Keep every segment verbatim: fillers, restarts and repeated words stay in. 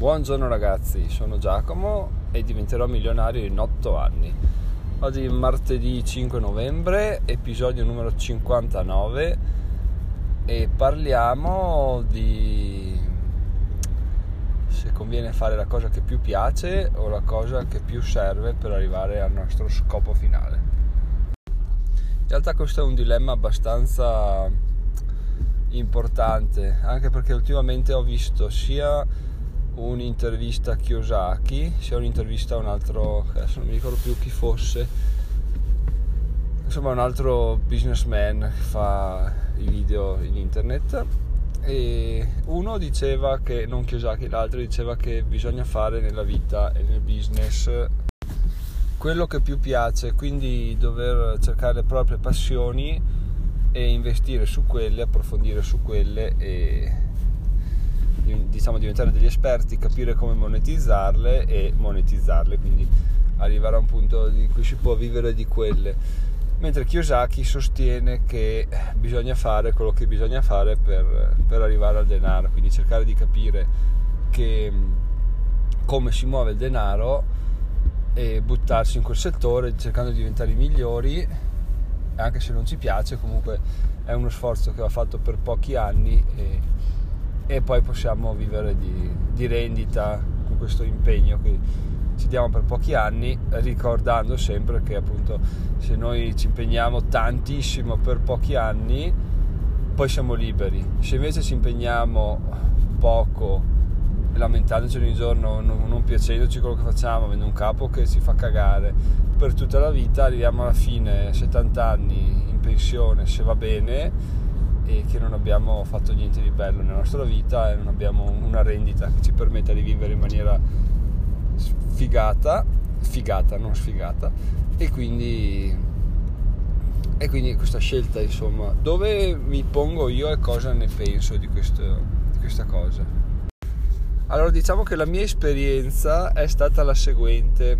Buongiorno ragazzi, sono Giacomo e diventerò milionario in otto anni. Oggi è martedì cinque novembre, episodio numero cinquantanove e parliamo di se conviene fare la cosa che più piace o la cosa che più serve per arrivare al nostro scopo finale. In realtà questo è un dilemma abbastanza importante, anche perché ultimamente ho visto sia un'intervista a Kiyosaki sia un'intervista a un altro, adesso non mi ricordo più chi fosse, insomma un altro businessman che fa i video in internet, e uno diceva che, non Kiyosaki, l'altro diceva che bisogna fare nella vita e nel business quello che più piace, quindi dover cercare le proprie passioni e investire su quelle, approfondire su quelle e diciamo diventare degli esperti, capire come monetizzarle e monetizzarle, quindi arrivare a un punto in cui si può vivere di quelle, mentre Kiyosaki sostiene che bisogna fare quello che bisogna fare per, per arrivare al denaro, quindi cercare di capire che, come si muove il denaro e buttarsi in quel settore cercando di diventare i migliori, anche se non ci piace, comunque è uno sforzo che va fatto per pochi anni e e poi possiamo vivere di, di rendita con questo impegno che ci diamo per pochi anni, ricordando sempre che appunto se noi ci impegniamo tantissimo per pochi anni poi siamo liberi. Se invece ci impegniamo poco, lamentandoci ogni giorno, non, non piacendoci quello che facciamo, avendo un capo che ci fa cagare per tutta la vita, arriviamo alla fine settanta anni in pensione, se va bene, e che non abbiamo fatto niente di bello nella nostra vita e non abbiamo una rendita che ci permetta di vivere in maniera sfigata, figata, non sfigata, e quindi e quindi questa scelta, insomma, dove mi pongo io e cosa ne penso di, questo, di questa cosa. Allora, diciamo che la mia esperienza è stata la seguente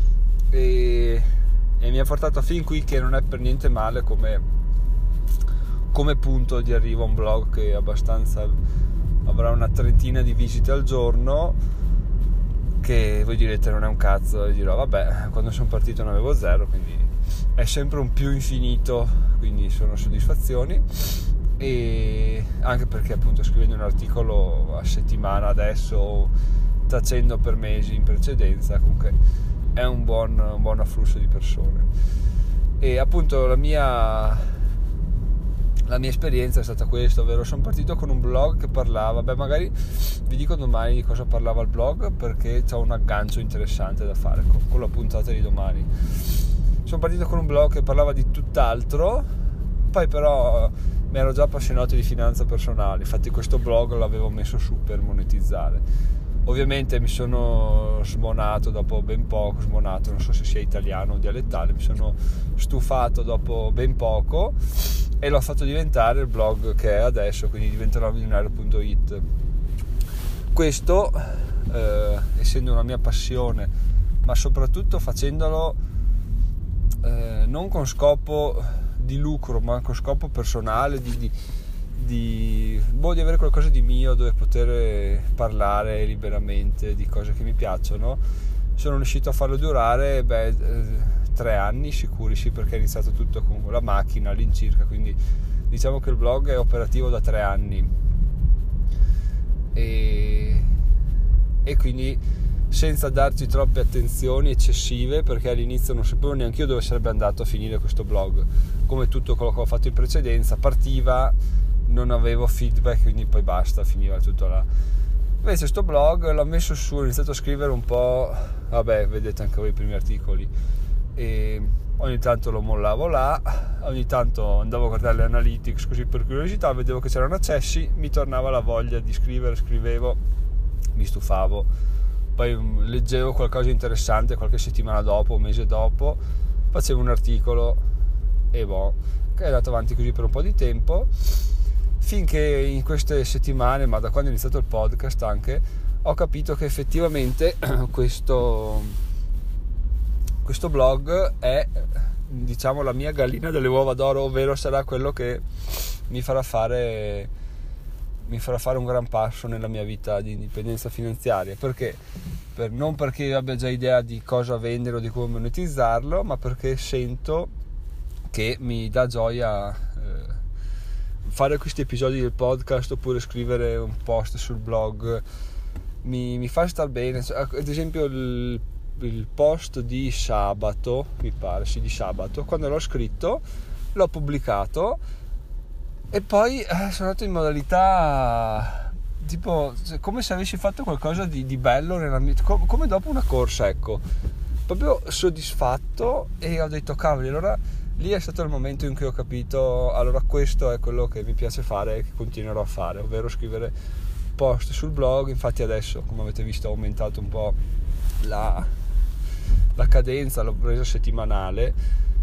e, e mi ha portato fin qui, che non è per niente male come come punto di arrivo a un blog che è abbastanza, avrà una trentina di visite al giorno, che voi direte non è un cazzo, e dirò vabbè, quando sono partito ne avevo zero, quindi è sempre un più infinito, quindi sono soddisfazioni, e anche perché appunto scrivendo un articolo a settimana adesso, tacendo per mesi in precedenza, comunque è un buon, un buon afflusso di persone. E appunto la mia La mia esperienza è stata questa, ovvero sono partito con un blog che parlava, beh magari vi dico domani di cosa parlava il blog, perché c'ho un aggancio interessante da fare con, con la puntata di domani. Sono partito con un blog che parlava di tutt'altro, poi però mi ero già appassionato di finanza personale, infatti questo blog l'avevo messo su per monetizzare. Ovviamente mi sono smonato dopo ben poco, smonato, non so se sia italiano o dialettale, mi sono stufato dopo ben poco e l'ho fatto diventare il blog che è adesso, quindi diventerò milionario punto it. Questo, eh, essendo una mia passione, ma soprattutto facendolo eh, non con scopo di lucro, ma con scopo personale, di... di Di, boh, di avere qualcosa di mio dove poter parlare liberamente di cose che mi piacciono, sono riuscito a farlo durare beh, tre anni sicuri, sì, perché è iniziato tutto con la macchina all'incirca, quindi diciamo che il blog è operativo da tre anni e, e quindi senza darci troppe attenzioni eccessive, perché all'inizio non sapevo neanche io dove sarebbe andato a finire questo blog, come tutto quello che ho fatto in precedenza, partiva, non avevo feedback, quindi poi basta, finiva tutto là. Invece sto blog l'ho messo su, ho iniziato a scrivere un po', vabbè, vedete anche voi i primi articoli, e ogni tanto lo mollavo là, ogni tanto andavo a guardare le analytics così per curiosità, vedevo che c'erano accessi, mi tornava la voglia di scrivere, scrivevo, mi stufavo, poi leggevo qualcosa di interessante qualche settimana dopo, un mese dopo, facevo un articolo e boh, che è andato avanti così per un po' di tempo, finché in queste settimane, ma da quando è iniziato il podcast anche, ho capito che effettivamente questo, questo blog è, diciamo, la mia gallina delle uova d'oro, ovvero sarà quello che mi farà fare mi farà fare un gran passo nella mia vita di indipendenza finanziaria. Perché? Per, non perché io abbia già idea di cosa vendere o di come monetizzarlo, ma perché sento che mi dà gioia eh, fare questi episodi del podcast oppure scrivere un post sul blog. Mi, mi fa star bene. Ad esempio il, il post di sabato, mi pare, sì, di sabato, quando l'ho scritto, l'ho pubblicato e poi eh, sono andato in modalità tipo come se avessi fatto qualcosa di, di bello nella mia, come, come dopo una corsa, ecco, proprio soddisfatto, e ho detto cavoli, allora lì è stato il momento in cui ho capito, allora questo è quello che mi piace fare e che continuerò a fare, ovvero scrivere post sul blog. Infatti adesso, come avete visto, ho aumentato un po' la, la cadenza, l'ho presa settimanale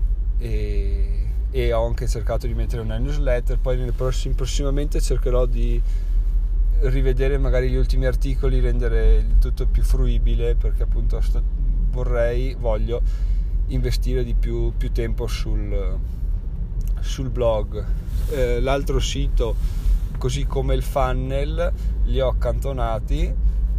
e e ho anche cercato di mettere una newsletter. Poi nel prossim- prossimamente cercherò di rivedere magari gli ultimi articoli, rendere il tutto più fruibile, perché appunto sto, vorrei, voglio investire di più, più tempo sul, sul blog. Eh, l'altro sito, così come il funnel, li ho accantonati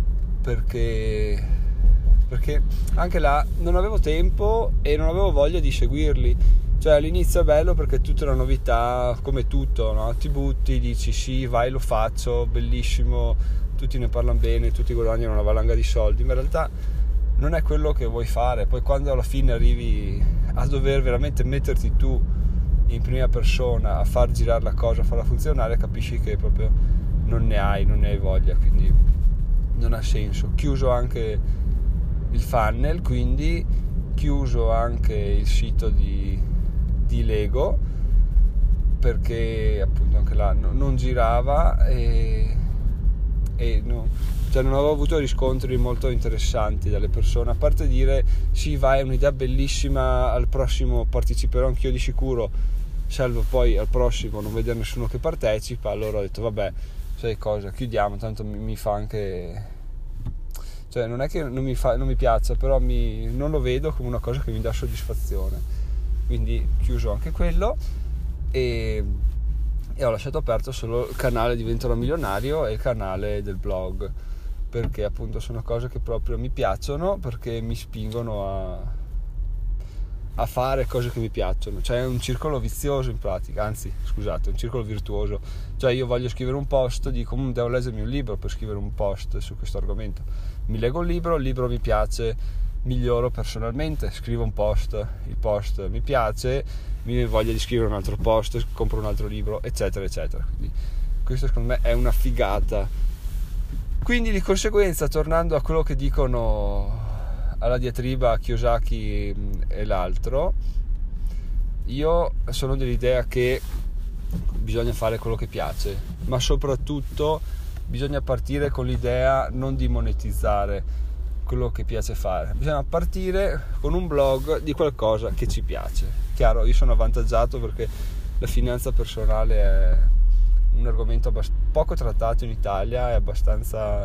perché perché anche là non avevo tempo e non avevo voglia di seguirli. Cioè all'inizio è bello perché è tutta una novità, come tutto, no? Ti butti, dici sì, vai, lo faccio, bellissimo, tutti ne parlano bene, tutti guadagnano una valanga di soldi, ma in realtà non è quello che vuoi fare. Poi quando alla fine arrivi a dover veramente metterti tu in prima persona a far girare la cosa, a farla funzionare, capisci che proprio non ne hai, non ne hai voglia, quindi non ha senso. Chiuso anche il funnel, quindi chiuso anche il sito di di Lego, perché appunto anche là no, non girava e, e no, cioè non avevo avuto riscontri molto interessanti dalle persone, a parte dire sì vai, è un'idea bellissima, al prossimo parteciperò anch'io di sicuro, salvo poi al prossimo non vedere nessuno che partecipa. Allora ho detto vabbè, sai cosa, chiudiamo, tanto mi, mi fa anche, cioè non è che non mi, fa, non mi piaccia, però mi, non lo vedo come una cosa che mi dà soddisfazione. Quindi chiuso anche quello e, e ho lasciato aperto solo il canale Diventerò Milionario e il canale del blog, perché appunto sono cose che proprio mi piacciono, perché mi spingono a, a fare cose che mi piacciono. Cioè è un circolo vizioso in pratica, anzi scusate, un circolo virtuoso. Cioè io voglio scrivere un post, dico devo leggermi un libro per scrivere un post su questo argomento, mi leggo un libro, il libro mi piace, miglioro personalmente, scrivo un post, il post mi piace, mi viene voglia di scrivere un altro post, compro un altro libro, eccetera eccetera. Quindi questo secondo me è una figata. Quindi di conseguenza, tornando a quello che dicono alla diatriba Kiyosaki e l'altro, io sono dell'idea che bisogna fare quello che piace, ma soprattutto bisogna partire con l'idea non di monetizzare quello che piace fare, bisogna partire con un blog di qualcosa che ci piace. Chiaro, io sono avvantaggiato perché la finanza personale è un argomento abbast- poco trattato in Italia, è abbastanza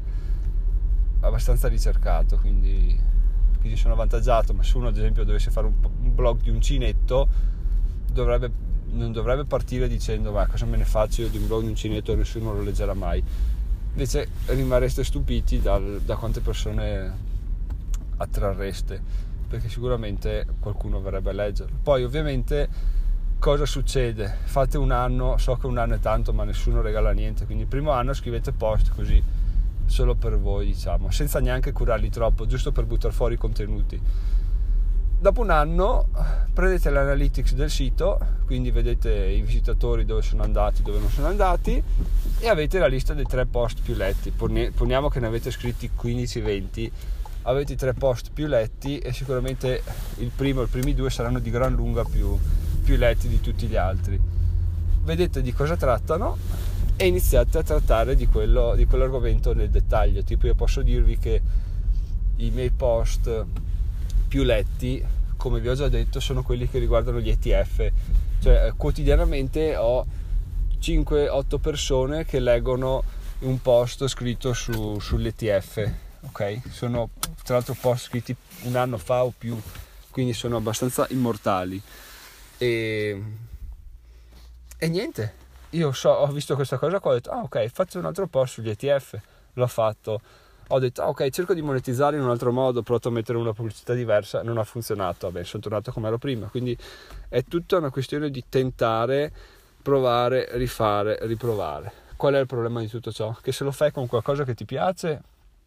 abbastanza ricercato, quindi, quindi sono avvantaggiato. Ma se uno ad esempio dovesse fare un, un blog di uncinetto, dovrebbe, non dovrebbe partire dicendo ma cosa me ne faccio io di un blog di uncinetto, nessuno lo leggerà mai. Invece rimarreste stupiti dal, da quante persone attrarreste, perché sicuramente qualcuno verrebbe a leggerlo. Poi ovviamente cosa succede? Fate un anno, so che un anno è tanto ma nessuno regala niente, quindi il primo anno scrivete post così solo per voi, diciamo, senza neanche curarli troppo, giusto per buttare fuori i contenuti. Dopo un anno prendete l'analytics del sito, quindi vedete i visitatori dove sono andati, dove non sono andati, e avete la lista dei tre post più letti. Poniamo che ne avete scritti quindici venti, avete i tre post più letti e sicuramente il primo e i primi due saranno di gran lunga più, più letti di tutti gli altri. Vedete di cosa trattano e iniziate a trattare di, quello, di quell'argomento nel dettaglio. Tipo io posso dirvi che i miei post più letti, come vi ho già detto, sono quelli che riguardano gli E T F. Cioè quotidianamente ho cinque otto persone che leggono un post scritto su, sull'E T F, ok? Sono tra l'altro post scritti un anno fa o più, quindi sono abbastanza immortali e, e niente, io so, ho visto questa cosa qua, ho detto ah ok, faccio un altro post sugli E T F, l'ho fatto, ho detto ah, ok, cerco di monetizzare in un altro modo, ho provato a mettere una pubblicità diversa, non ha funzionato, vabbè, sono tornato come ero prima. Quindi è tutta una questione di tentare, provare, rifare, riprovare. Qual è il problema di tutto ciò? Che se lo fai con qualcosa che ti piace,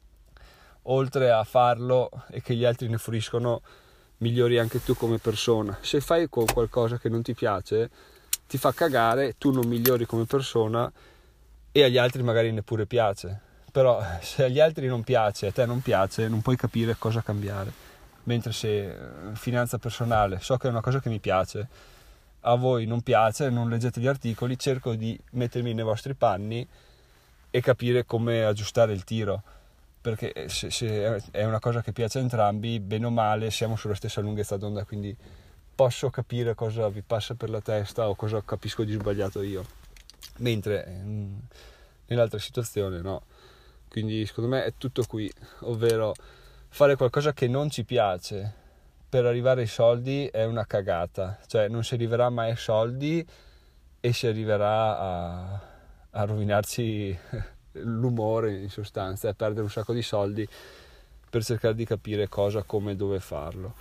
oltre a farlo e che gli altri ne fruiscono, migliori anche tu come persona. Se fai con qualcosa che non ti piace, ti fa cagare, tu non migliori come persona e agli altri magari neppure piace. Però se agli altri non piace, a te non piace, non puoi capire cosa cambiare. Mentre se finanza personale, so che è una cosa che mi piace, a voi non piace, non leggete gli articoli, cerco di mettermi nei vostri panni e capire come aggiustare il tiro. Perché se, se è una cosa che piace a entrambi, bene o male siamo sulla stessa lunghezza d'onda, quindi posso capire cosa vi passa per la testa o cosa capisco di sbagliato io, mentre mh, nell'altra situazione no. Quindi secondo me è tutto qui, ovvero fare qualcosa che non ci piace per arrivare ai soldi è una cagata, cioè non si arriverà mai ai soldi e si arriverà a, a rovinarci l'umore, in sostanza, e perdere un sacco di soldi per cercare di capire cosa, come e dove farlo.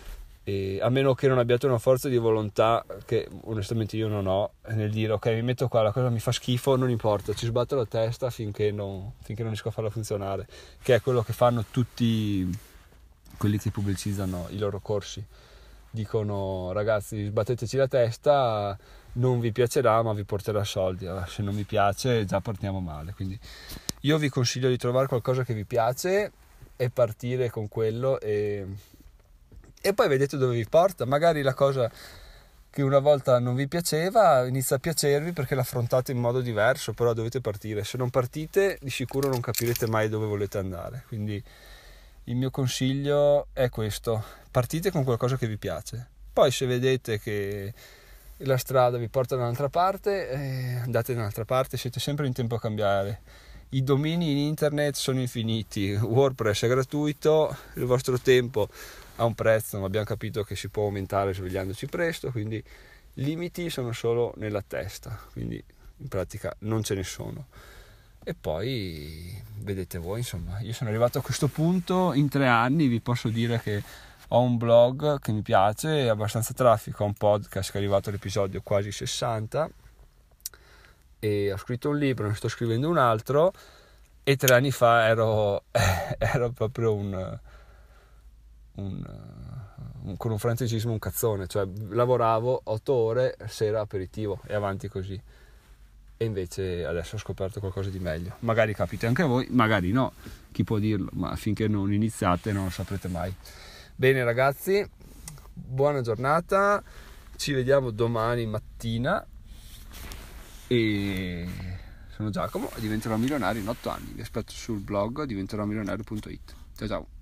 E a meno che non abbiate una forza di volontà, che onestamente io non ho, nel dire ok, mi metto qua, la cosa mi fa schifo, non importa, ci sbatto la testa finché non, finché non riesco a farla funzionare, che è quello che fanno tutti quelli che pubblicizzano i loro corsi. Dicono ragazzi, sbatteteci la testa, non vi piacerà ma vi porterà soldi. Allora, se non vi piace già partiamo male. Quindi io vi consiglio di trovare qualcosa che vi piace e partire con quello e, e poi vedete dove vi porta. Magari la cosa che una volta non vi piaceva inizia a piacervi perché l'affrontate in modo diverso, però dovete partire. Se non partite di sicuro non capirete mai dove volete andare. Quindi il mio consiglio è questo: partite con qualcosa che vi piace, poi se vedete che la strada vi porta da un'altra parte, eh, andate da un'altra parte, siete sempre in tempo a cambiare. I domini in internet sono infiniti, WordPress è gratuito, il vostro tempo ha un prezzo, ma abbiamo capito che si può aumentare svegliandoci presto, quindi limiti sono solo nella testa, quindi in pratica non ce ne sono. E poi vedete voi, insomma, io sono arrivato a questo punto in tre anni, vi posso dire che ho un blog che mi piace, abbastanza traffico, ho un podcast che è arrivato all'episodio quasi sessanta e ho scritto un libro, ne sto scrivendo un altro e tre anni fa ero, ero proprio un, un, un con un francesismo un cazzone, cioè lavoravo otto ore, sera aperitivo e avanti così. E invece adesso ho scoperto qualcosa di meglio. Magari capite anche a voi, magari no, chi può dirlo, ma finché non iniziate non lo saprete mai. Bene ragazzi, buona giornata, ci vediamo domani mattina e sono Giacomo e diventerò milionario in otto anni. Vi aspetto sul blog diventerò milionario punto it. Ciao ciao.